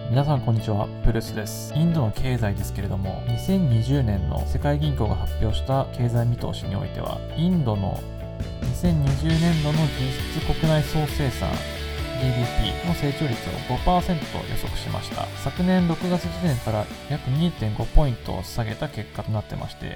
皆さんこんにちは、プルスです。インドの経済ですけれども、2020年の世界銀行が発表した経済見通しにおいては、インドの2020年度の実質国内総生産 GDP の成長率を 5% 予測しました。昨年6月時点から約 2.5 ポイントを下げた結果となってまして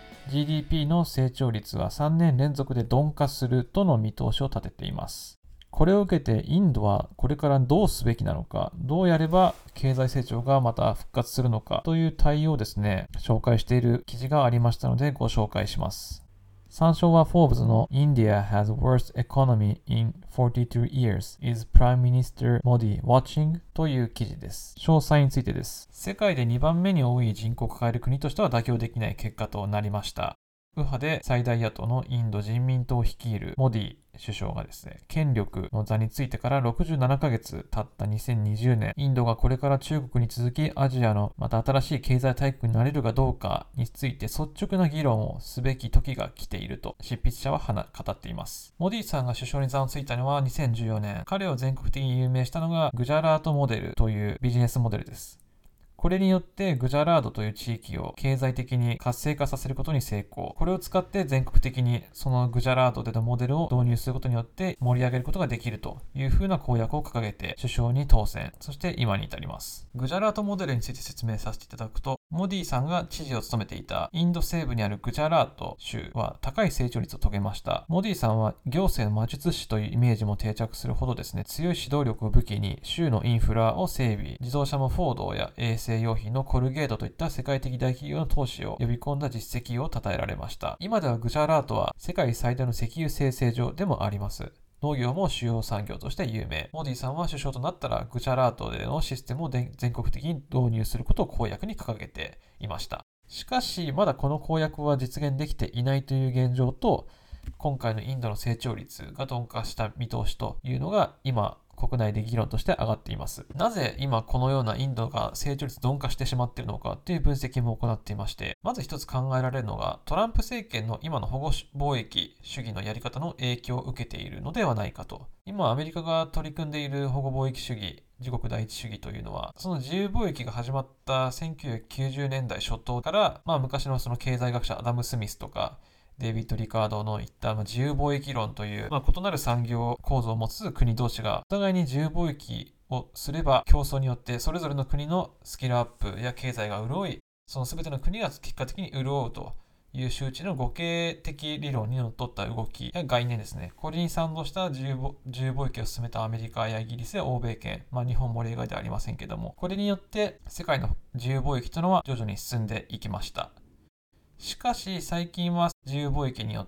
、GDP の成長率は3年連続で鈍化するとの見通しを立てています。これを受けてインドはこれからどうすべきなのか、どうやれば経済成長がまた復活するのかという対応をですね、紹介している記事がありましたのでご紹介します。参照はフォーブズの India has worst economy in 42 years. Is Prime Minister Modi watching? という記事です。詳細についてです。世界で2番目に多い人口を抱える国としては妥協できない結果となりました。右派で最大野党のインド人民党を率いるモディ首相がですね、権力の座についてから67ヶ月経った2020年、インドがこれから中国に続きアジアのまた新しい経済大国になれるかどうかについて率直な議論をすべき時が来ていると執筆者は語っています。モディさんが首相に座をついたのは2014年、彼を全国的に有名したのがグジャラートモデルというビジネスモデルです。これによってグジャラードという地域を経済的に活性化させることに成功。これを使って全国的にそのグジャラードでのモデルを導入することによって盛り上げることができるというふうな公約を掲げて首相に当選。そして今に至ります。グジャラートモデルについて説明させていただくと、モディさんが知事を務めていたインド西部にあるグジャラート州は高い成長率を遂げました。モディさんは行政の魔術師というイメージも定着するほどですね、強い指導力を武器に州のインフラを整備、自動車もフォードや衛生用品のコルゲートといった世界的大企業の投資を呼び込んだ実績を称えられました。今ではグジャラートは世界最大の石油生成所でもあります。農業も主要産業として有名。モディさんは首相となったらグジャラートでのシステムを全国的に導入することを公約に掲げていました。しかし、まだこの公約は実現できていないという現状と、今回のインドの成長率が鈍化した見通しというのが今、国内で議論として上がっています。なぜ今このようなインドが成長率鈍化してしまっているのかという分析も行っていまして、まず一つ考えられるのがトランプ政権の今の保護貿易主義のやり方の影響を受けているのではないかと。今アメリカが取り組んでいる保護貿易主義、自国第一主義というのは、その自由貿易が始まった1990年代初頭から、昔のその経済学者アダム・スミスとかデイビッド・リカードの言った自由貿易論という、異なる産業構造を持つ国同士がお互いに自由貿易をすれば競争によってそれぞれの国のスキルアップや経済が潤い、その全ての国が結果的に潤うという周知の互恵的理論にのっとった動きや概念ですね。これに賛同した自由貿易を進めたアメリカやイギリスや欧米圏、日本も例外ではありませんけども、これによって世界の自由貿易というのは徐々に進んでいきました。しかし最近は自由貿易によって、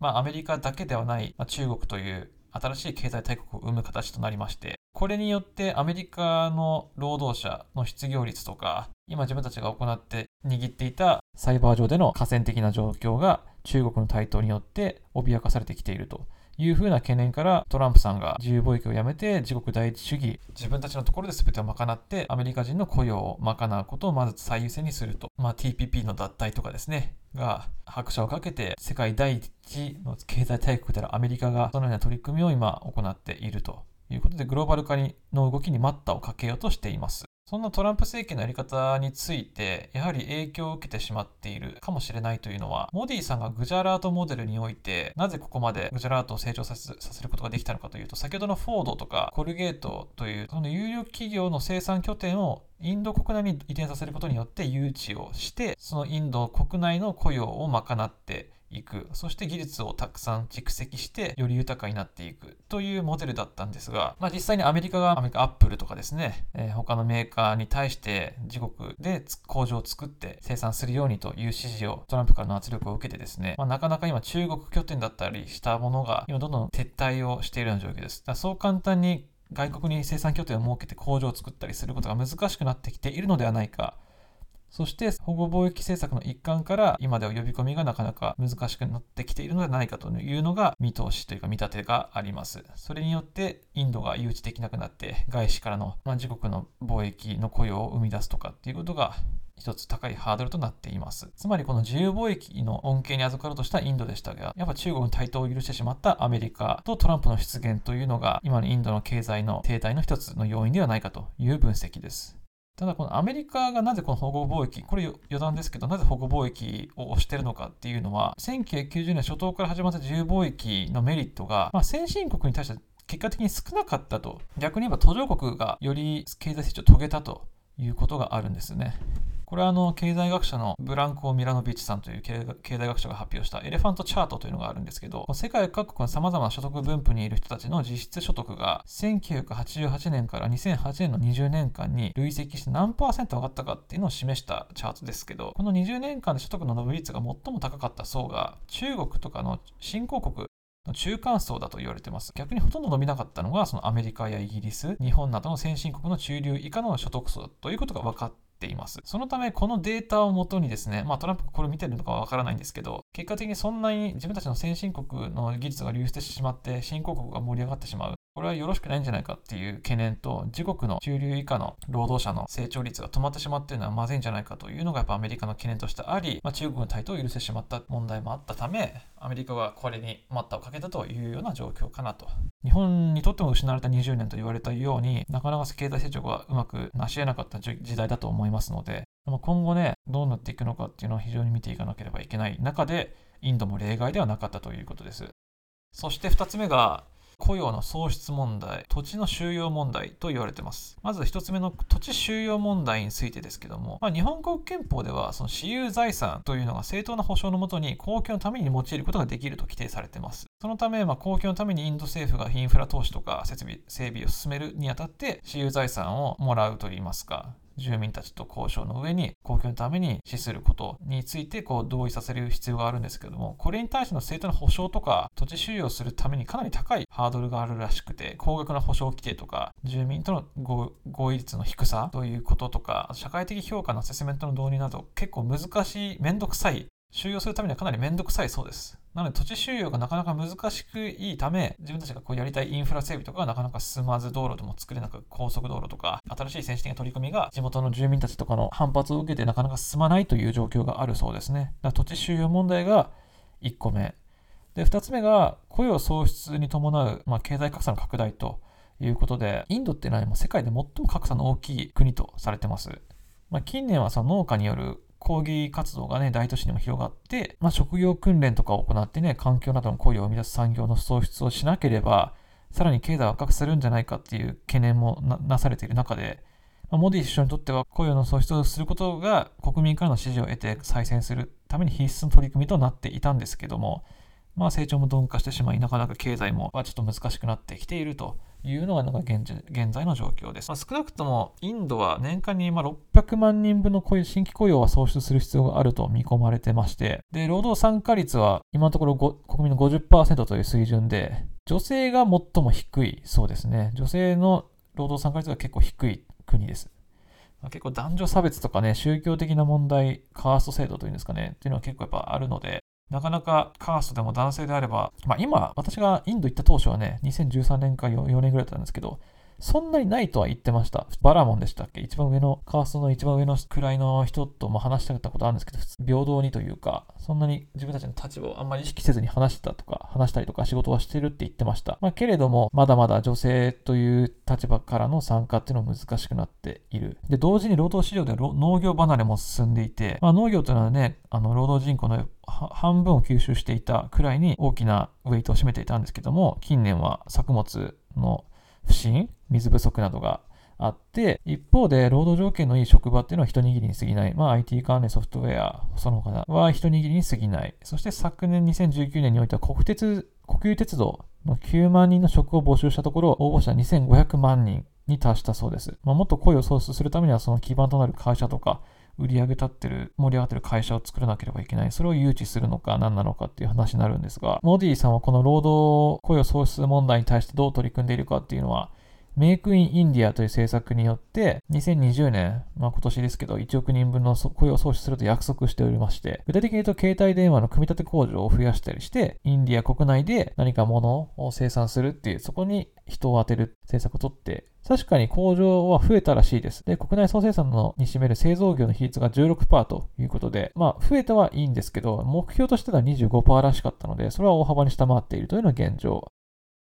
アメリカだけではない、中国という新しい経済大国を生む形となりまして、これによってアメリカの労働者の失業率とか、今自分たちが行って握っていたサイバー上での寡占的な状況が中国の台頭によって脅かされてきているというふうな懸念からトランプさんが自由貿易をやめて自国第一主義、自分たちのところで全てを賄ってアメリカ人の雇用を賄うことをまず最優先にすると。TPP の脱退とかですね、が拍車をかけて世界第一の経済大国であるアメリカがそのような取り組みを今行っているということで、グローバル化の動きに待ったをかけようとしています。そんなトランプ政権のやり方についてやはり影響を受けてしまっているかもしれないというのは、モディさんがグジャラートモデルにおいてなぜここまでグジャラートを成長させることができたのかというと、先ほどのフォードとかコルゲートというその有力企業の生産拠点をインド国内に移転させることによって誘致をして、そのインド国内の雇用を賄っていく、そして技術をたくさん蓄積してより豊かになっていくというモデルだったんですが、実際にアメリカアップルとかですね、他のメーカーに対して自国で工場を作って生産するようにという指示をトランプからの圧力を受けてですね、なかなか今中国拠点だったりしたものが今どんどん撤退をしているような状況です。そう簡単に外国に生産拠点を設けて工場を作ったりすることが難しくなってきているのではないか。そして保護貿易政策の一環から今では呼び込みがなかなか難しくなってきているのではないかというのが見通しというか見立てがあります。それによってインドが誘致できなくなって外資からの自国の貿易の雇用を生み出すとかっていうことが一つ高いハードルとなっています。つまりこの自由貿易の恩恵に預かろうとしたインドでしたが、やっぱ中国の台頭を許してしまったアメリカとトランプの出現というのが今のインドの経済の停滞の一つの要因ではないかという分析です。 ただこのアメリカがなぜこの保護貿易、これ余談ですけど、なぜ保護貿易を推しているのかっていうのは、1990年初頭から始まった自由貿易のメリットが、先進国に対して結果的に少なかったと。逆に言えば途上国がより経済成長を遂げたということがあるんですね。これは経済学者のブランコ・ミラノビッチさんという経済学者が発表したエレファントチャートというのがあるんですけど、世界各国の様々な所得分布にいる人たちの実質所得が1988年から2008年の20年間に累積して何%上がったかっていうのを示したチャートですけど、この20年間で所得の伸び率が最も高かった層が中国とかの新興国の中間層だと言われています。逆にほとんど伸びなかったのがそのアメリカやイギリス、日本などの先進国の中流以下の所得層だということが分かっています。そのためこのデータをもとにですね、トランプがこれ見てるのかはわからないんですけど、結果的にそんなに自分たちの先進国の技術が流出してしまって新興国が盛り上がってしまう、これはよろしくないんじゃないかっていう懸念と、自国の中流以下の労働者の成長率が止まってしまっているのはまずいんじゃないかというのがやっぱアメリカの懸念としてあり、中国の台頭を許してしまった問題もあったため、アメリカはこれに待ったをかけたというような状況かなと。日本にとっても失われた20年と言われたように、なかなか経済成長がうまく成し得なかった時代だと思いますので、今後ね、どうなっていくのかっていうのは非常に見ていかなければいけない中で、インドも例外ではなかったということです。そして2つ目が、雇用の創出問題、土地の収用問題と言われています。まず1つ目の土地収用問題についてですけども、日本国憲法ではその私有財産というのが正当な保障のもとに公共のために用いることができると規定されています。そのため、公共のためにインド政府がインフラ投資とか整備を進めるにあたって私有財産をもらうといいますか、住民たちと交渉の上に公共のために資することについて同意させる必要があるんですけども、これに対しての正当な保障とか土地収用するためにかなり高いハードルがあるらしくて、高額な保証規定とか住民との合意率の低さということとか、社会的評価のアセスメントの導入など結構難しい、めんどくさい、収容するためにはかなりめんどくさいそうです。なので土地収用がなかなか難しくいいため、自分たちがやりたいインフラ整備とかがなかなか進まず、道路でも作れなく、高速道路とか新しい先進的な取り組みが地元の住民たちとかの反発を受けてなかなか進まないという状況があるそうですね。だから土地収用問題が1個目で、2つ目が雇用創出に伴う、経済格差の拡大ということで、インドっていうのは世界で最も格差の大きい国とされてます。近年はその農家による抗議活動が大都市にも広がって、職業訓練とかを行って環境などの雇用を生み出す産業の創出をしなければ、さらに経済を悪化するんじゃないかっていう懸念も なされている中で、モディ首相にとっては雇用の創出をすることが国民からの支持を得て再選するために必須の取り組みとなっていたんですけども、成長も鈍化してしまい、なかなか経済もちょっと難しくなってきているというのが現在の状況です。少なくともインドは年間に600万人分の新規雇用は創出する必要があると見込まれてまして、で、労働参加率は今のところ国民の 50% という水準で、女性が最も低いそうですね。女性の労働参加率が結構低い国です。結構男女差別とか宗教的な問題、カースト制度というんですかね、っていうのは結構やっぱあるので、なかなかカーストでも男性であれば、今、私がインド行った当初は2013年か4年ぐらいだったんですけど、そんなにないとは言ってました。バラモンでしたっけ？一番上の、カーストの一番上の位の人とも話したかったことあるんですけど、平等にというか、そんなに自分たちの立場をあんまり意識せずに話したりとか仕事はしてるって言ってました。けれども、まだまだ女性という立場からの参加っていうのは難しくなっている。で、同時に労働市場では農業離れも進んでいて、農業というのは労働人口の半分を吸収していたくらいに大きなウェイトを占めていたんですけども、近年は作物の不振、水不足などがあって、一方で労働条件のいい職場っていうのは一握りに過ぎない。IT 関連ソフトウェア、その他は一握りに過ぎない。そして昨年2019年においては国有鉄道の9万人の職を募集したところ、応募者2500万人に達したそうです。もっと雇用を創出するためにはその基盤となる会社とか、売り上げ盛り上がってる会社を作らなければいけない。それを誘致するのか何なのかっていう話になるんですが、モディさんはこの労働雇用創出問題に対してどう取り組んでいるかっていうのは、メイクインインディアという政策によって2020年、今年ですけど1億人分の雇用を創出すると約束しておりまして、具体的に言うと携帯電話の組み立て工場を増やしたりして、インディア国内で何か物を生産するっていう、そこに人を当てる政策を取って、確かに工場は増えたらしいです。で、国内総生産に占める製造業の比率が 16% ということで、増えたはいいんですけど、目標としては 25% らしかったので、それは大幅に下回っているというのが現状。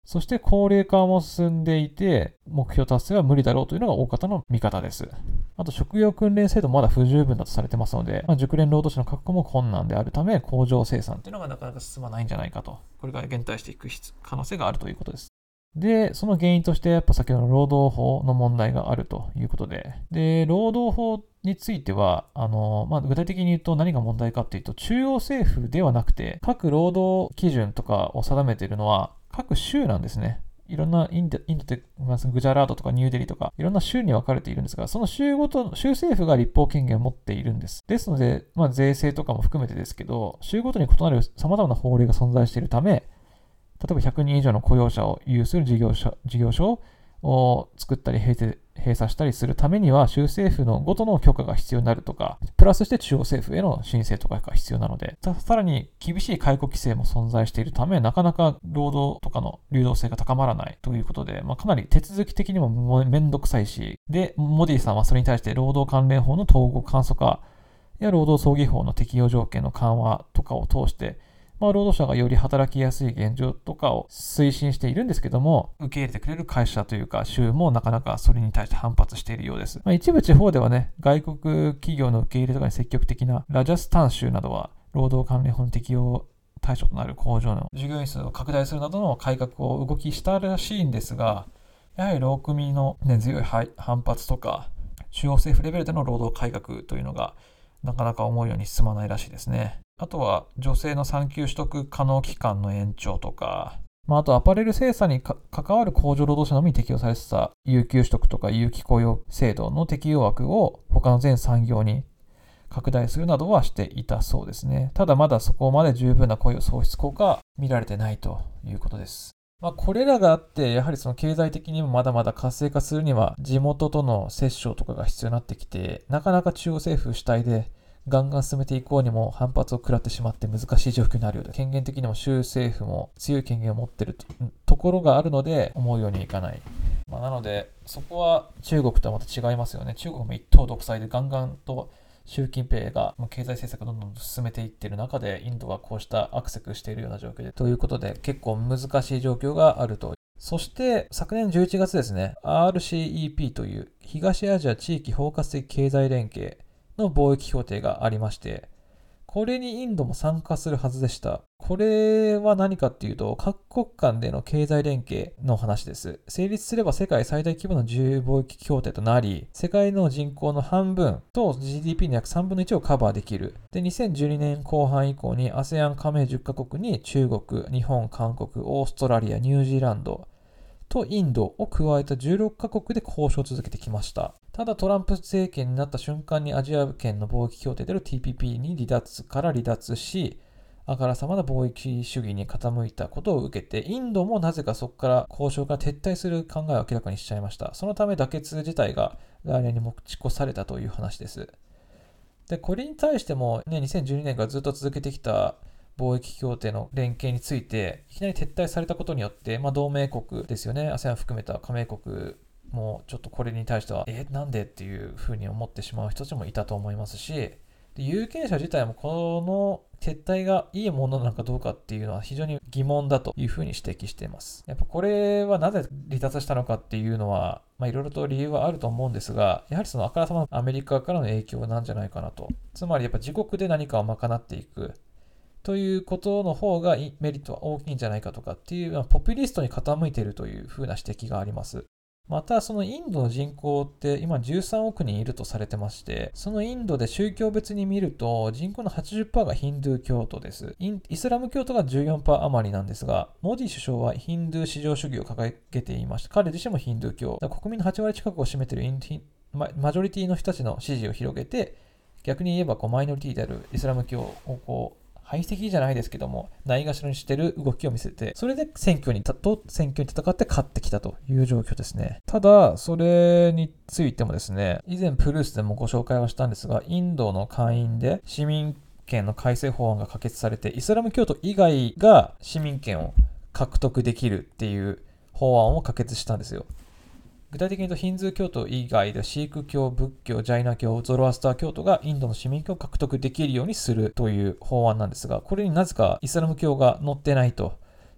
そして高齢化も進んでいて、目標達成は無理だろうというのが大方の見方です。あと、職業訓練制度もまだ不十分だとされてますので、熟練労働者の確保も困難であるため、工場生産というのがなかなか進まないんじゃないかと。これから減退していく可能性があるということです。で、その原因として、やっぱ先ほどの労働法の問題があるということで、労働法については、具体的に言うと何が問題かっていうと、中央政府ではなくて、各労働基準とかを定めているのは、各州なんですね。いろんなインドってグジャラートとかニューデリとかいろんな州に分かれているんですが、その州政府が立法権限を持っているんです。ですので、税制とかも含めてですけど、州ごとに異なる様々な法令が存在しているため、例えば100人以上の雇用者を有する事業所を作ったり閉鎖したりするためには、州政府のごとの許可が必要になるとか、プラスして中央政府への申請とかが必要なので、さらに厳しい解雇規制も存在しているため、なかなか労働とかの流動性が高まらないということで、かなり手続き的にもめんどくさいし、で、モディさんはそれに対して労働関連法の統合簡素化や労働争議法の適用条件の緩和とかを通して、労働者がより働きやすい現状とかを推進しているんですけども、受け入れてくれる会社というか州もなかなかそれに対して反発しているようです。一部地方ではね、外国企業の受け入れとかに積極的なラジャスタン州などは労働関連法の適用対象となる工場の従業員数を拡大するなどの改革を動きしたらしいんですが、やはり労組の根強い反発とか、中央政府レベルでの労働改革というのがなかなか思うように進まないらしいですね。あとは女性の産休取得可能期間の延長とか、あとアパレル生産に関わる工場労働者のみに適用されてた有給取得とか有期雇用制度の適用枠を他の全産業に拡大するなどはしていたそうですね。ただまだそこまで十分な雇用創出効果は見られてないということです。これらがあって、やはりその経済的にもまだまだ活性化するには地元との折衝とかが必要になってきて、なかなか中央政府主体でガンガン進めていこうにも反発を食らってしまって難しい状況になるようで、権限的にも州政府も強い権限を持っているところがあるので、思うようにいかない。なので、そこは中国とはまた違いますよね。中国も一党独裁でガンガンと習近平が経済政策をどんどん進めていっている中で、インドはこうしたアクセクしているような状況で、ということで結構難しい状況があると。そして昨年11月ですね、RCEP という東アジア地域包括的経済連携の貿易協定がありまして、これにインドも参加するはずでした。これは何かっていうと、各国間での経済連携の話です。成立すれば世界最大規模の自由貿易協定となり、世界の人口の半分と GDP の約3分の1をカバーできる。で、2012年後半以降に ASEAN 加盟10カ国に中国、日本、韓国、オーストラリア、ニュージーランドとインドを加えた16カ国で交渉を続けてきました。ただトランプ政権になった瞬間にアジア圏の貿易協定である TPP に離脱し、あからさまな貿易主義に傾いたことを受けて、インドもなぜかそこから交渉から撤退する考えを明らかにしちゃいました。そのため妥結自体が来年に持ち越されたという話です。で、これに対しても、2012年からずっと続けてきた貿易協定の連携について、いきなり撤退されたことによって、同盟国ですよね、ASEAN 含めた加盟国もちょっとこれに対しては、なんでっていうふうに思ってしまう人たちもいたと思いますし、で有権者自体もこの撤退がいいものなのかどうかっていうのは非常に疑問だというふうに指摘しています。やっぱこれはなぜ離脱したのかっていうのは、いろいろと理由はあると思うんですが、やはりそのあからさまなアメリカからの影響なんじゃないかなと。つまりやっぱ自国で何かを賄っていくということの方がメリットは大きいんじゃないかとかっていう、ポピュリストに傾いているというふうな指摘があります。またそのインドの人口って今13億人いるとされてまして、そのインドで宗教別に見ると人口の 80% がヒンドゥー教徒です。イスラム教徒が 14% 余りなんですが、モディ首相はヒンドゥー至上主義を掲げていまして、彼自身もヒンドゥー教。国民の8割近くを占めているマジョリティの人たちの支持を広げて、逆に言えばマイノリティであるイスラム教を排斥じゃないですけども、ないがしろにしてる動きを見せて、それで選挙に戦って勝ってきたという状況ですね。ただ、それについてもですね、以前プルースでもご紹介はしたんですが、インドの下院で市民権の改正法案が可決されて、イスラム教徒以外が市民権を獲得できるっていう法案を可決したんですよ。具体的に言うとヒンズー教徒以外でシーク教、仏教、ジャイナ教、ゾロアスター教徒がインドの市民権を獲得できるようにするという法案なんですが、これになぜかイスラム教が載ってないと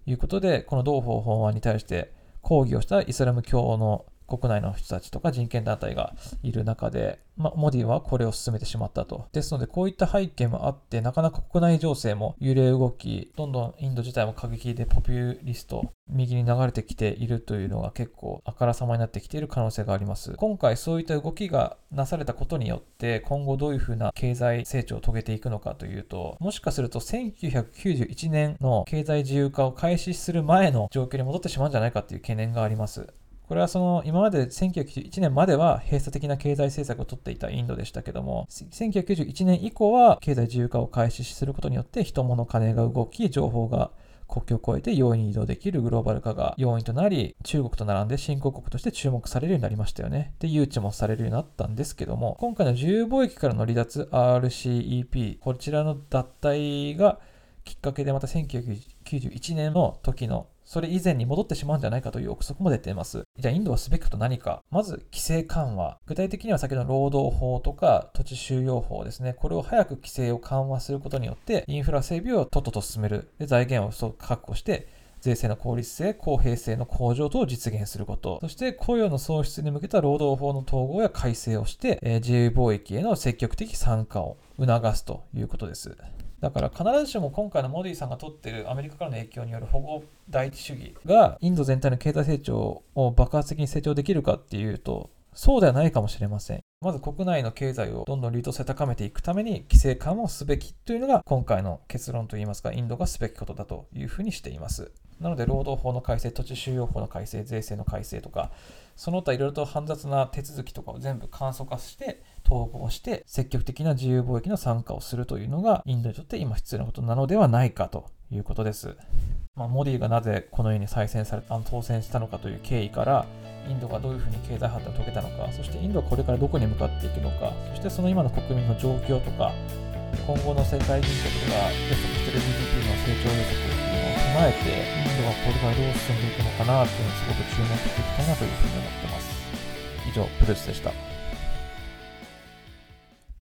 いうことで、この同法案に対して抗議をしたイスラム教の国内の人たちとか人権団体がいる中で、モディはこれを進めてしまったと。ですので、こういった背景もあって、なかなか国内情勢も揺れ動き、どんどんインド自体も過激でポピュリスト、右に流れてきているというのが結構あからさまになってきている可能性があります。今回そういった動きがなされたことによって、今後どういうふうな経済成長を遂げていくのかというと、もしかすると1991年の経済自由化を開始する前の状況に戻ってしまうんじゃないかという懸念があります。これは今まで1991年までは閉鎖的な経済政策を取っていたインドでしたけども、1991年以降は経済自由化を開始することによって人物金が動き、情報が国境を越えて容易に移動できるグローバル化が要因となり、中国と並んで新興国として注目されるようになりましたよね。で、誘致もされるようになったんですけども、今回の自由貿易からの離脱 RCEP、こちらの脱退がきっかけでまた1991年の時のそれ以前に戻ってしまうんじゃないかという憶測も出ています。じゃあインドはすべきこと何か。まず規制緩和。具体的には先ほどの労働法とか土地収用法ですね。これを早く規制を緩和することによってインフラ整備をとっとと進める。で、財源を確保して税制の効率性、公平性の向上等を実現すること。そして雇用の創出に向けた労働法の統合や改正をして、自由貿易への積極的参加を促すということです。だから必ずしも今回のモディさんが取っているアメリカからの影響による保護第一主義がインド全体の経済成長を爆発的に成長できるかっていうと、そうではないかもしれません。まず国内の経済をどんどん流動性を高めていくために規制緩和をすべきというのが今回の結論といいますか、インドがすべきことだというふうにしています。なので労働法の改正、土地収用法の改正、税制の改正とか、その他いろいろと煩雑な手続きとかを全部簡素化して統合して積極的な自由貿易の参加をするというのがインドにとって今必要なことなのではないかということです。モディがなぜこのように当選したのかという経緯から、インドがどういうふうに経済発展を遂げたのか、そしてインドはこれからどこに向かっていくのか、そしてその今の国民の状況とか、今後の世界銀行が予測している GDP の成長予測というのを踏まえて、インドはこれからどう進んでいくのかなというのをすごく注目していきたいなというふうに思っています。以上、プルスでした。